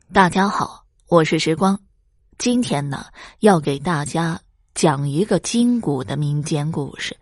大家好，我是时光。今天呢，要给大家讲一个筋骨的民间故事。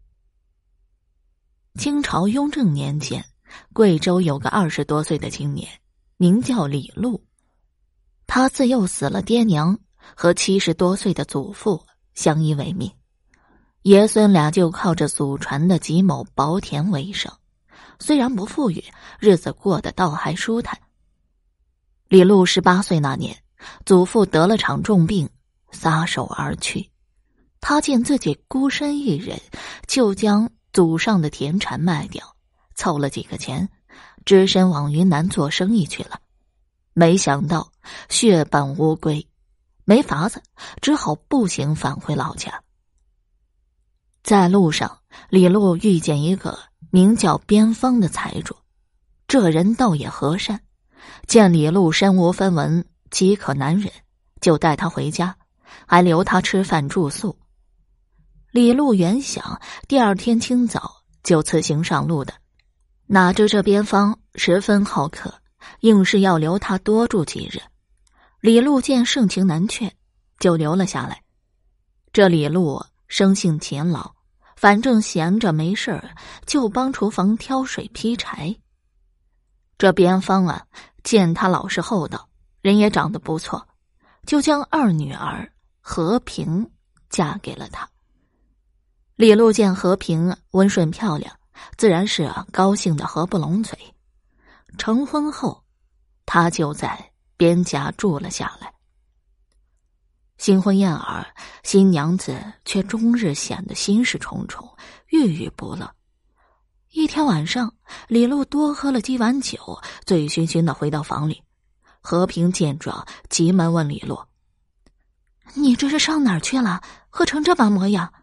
清朝雍正年间，贵州有个20多岁的青年，名叫李禄。他自幼死了爹娘，和70多岁的祖父相依为命，爷孙俩就靠着祖传的几亩薄田为生。虽然不富裕，日子过得倒还舒坦。李禄18岁那年，祖父得了场重病，撒手而去。他见自己孤身一人，就将祖上的田产卖掉，凑了几个钱，只身往云南做生意去了。没想到血本无归，没法子，只好步行返回老家。在路上，李禄遇见一个名叫边方的财主，这人倒也和善，见李禄身无分文，饥渴难忍，就带他回家，还留他吃饭住宿。李禄原想第二天清早就辞行上路的，哪知这边方十分好客，硬是要留他多住几日。李禄见盛情难却，就留了下来。这李禄生性勤劳，反正闲着没事儿，就帮厨房挑水劈柴。这边方啊，见他老实厚道，人也长得不错，就将二女儿和平嫁给了他。李禄见和平温顺漂亮，自然是高兴的合不拢嘴。成婚后，他就在边家住了下来。新婚燕尔，新娘子却终日显得心事重重，郁郁不乐。一天晚上，李禄多喝了几碗酒，醉醺醺的回到房里。和平见状，急忙问李禄：“你这是上哪儿去了？喝成这般模样？”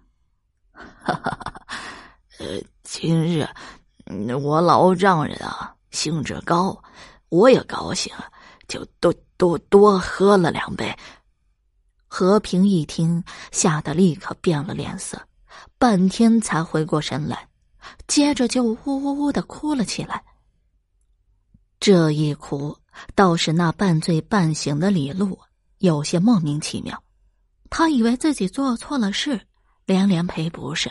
今日我老丈人兴致高，我也高兴，就多喝了2杯。 和平一听，吓得立刻变了脸色，半天才回过神来，接着就呜呜呜地哭了起来。这一哭，倒是那半醉半醒的李禄有些莫名其妙，他以为自己做错了事，连连赔不是。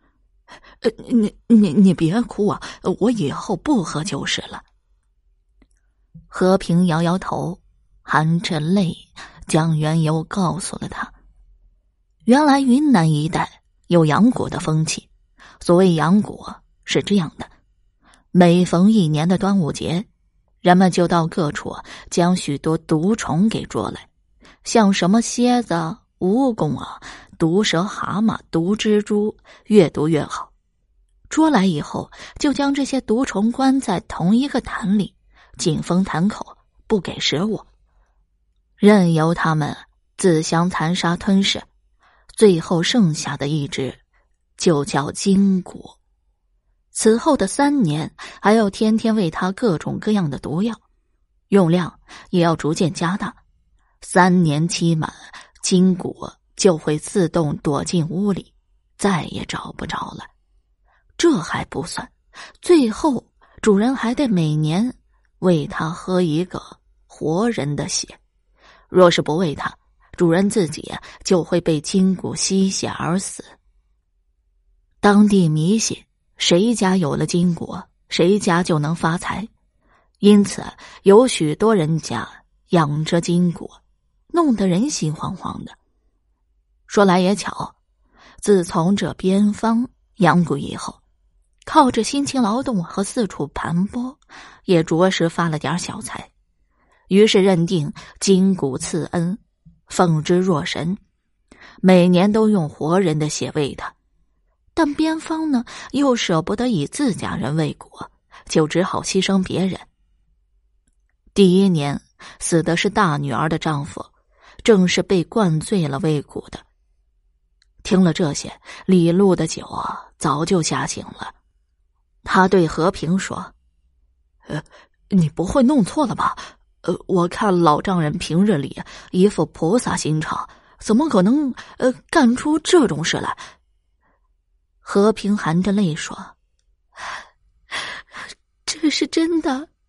你别哭啊，我以后不喝就是了。 和平摇摇头，含着泪将缘由告诉了他。原来云南一带有养蛊的风气，所谓养蛊是这样的：每逢一年的端午节，人们就到各处将许多毒虫给捉来，像什么蝎子、蜈蚣毒蛇、蛤蟆、毒蜘蛛，越毒越好。捉来以后，就将这些毒虫关在同一个坛里，紧封坛口，不给食物，任由它们自相残杀吞噬，最后剩下的一只就叫筋骨。此后的3年，还要天天喂它各种各样的毒药，用量也要逐渐加大。3年期满，筋骨就会自动躲进屋里，再也找不着了。这还不算，最后主人还得每年喂它喝一个活人的血，若是不喂它，主人自己就会被筋骨吸血而死。当地迷信，谁家有了筋骨，谁家就能发财，因此有许多人家养着筋骨，弄得人心惶惶的。说来也巧，自从这边方养蛊以后，靠着辛勤劳动和四处盘剥，也着实发了点小财，于是认定筋骨赐恩，奉之若神，每年都用活人的血喂他。但边方呢，又舍不得以自家人喂蛊，就只好牺牲别人。第1年死的是大女儿的丈夫，正是被灌醉了喂蛊的。听了这些，李禄的酒早就下醒了。他对和平说：“ 你不会弄错了吧？我看老丈人平日里一副菩萨心肠，怎么可能干出这种事来？” 和平含着泪说：“这是真的，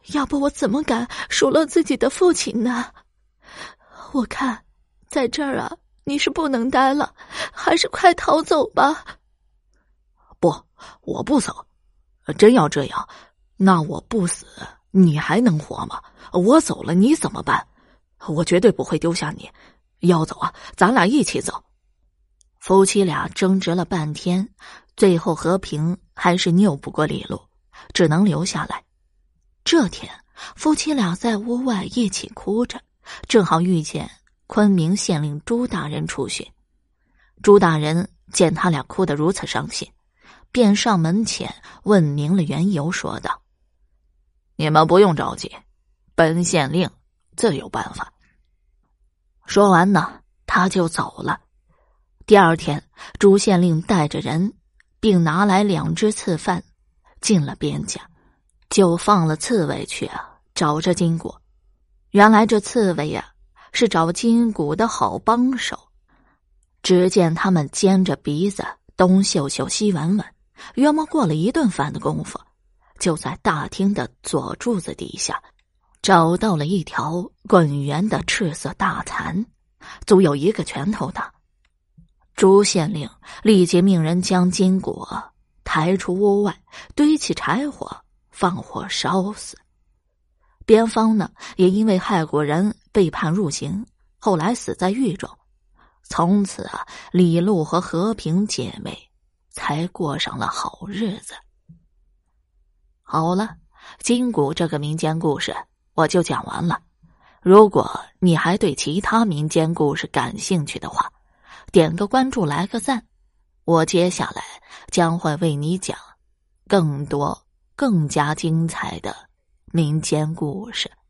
要不我怎么敢数落自己的父亲呢？我看在这儿啊，你是不能待了，还是快逃走吧。 不，我不走。真要这样，那我不死，你还能活吗？我走了，你怎么办？我绝对不会丢下你。要走啊，咱俩一起走。夫妻俩争执了半天，最后和平还是拗不过李璐，只能留下来。这天，夫妻俩在屋外一起哭着，正好遇见昆明县令朱大人出巡。朱大人见他俩哭得如此伤心，便上门前问明了缘由，说道：“你们不用着急，本县令自有办法。”说完呢，他就走了。第二天，朱县令带着人，并拿来2只刺犯，进了边家，就放了刺猬去找着金谷。原来这刺猬是找金谷的好帮手。只见他们尖着鼻子东嗅嗅西闻闻，约莫过了1顿饭的功夫，就在大厅的左柱子底下找到了一条滚圆的赤色大蚕，足有1个拳头大。朱县令立即命人将金谷抬出屋外，堆起柴火，放火烧死。边方呢，也因为害国人被判入刑，后来死在狱中。从此李璐和和平姐妹才过上了好日子。好了，金谷这个民间故事我就讲完了。如果你还对其他民间故事感兴趣的话，点个关注，来个赞，我接下来将会为你讲更多更加精彩的民间故事。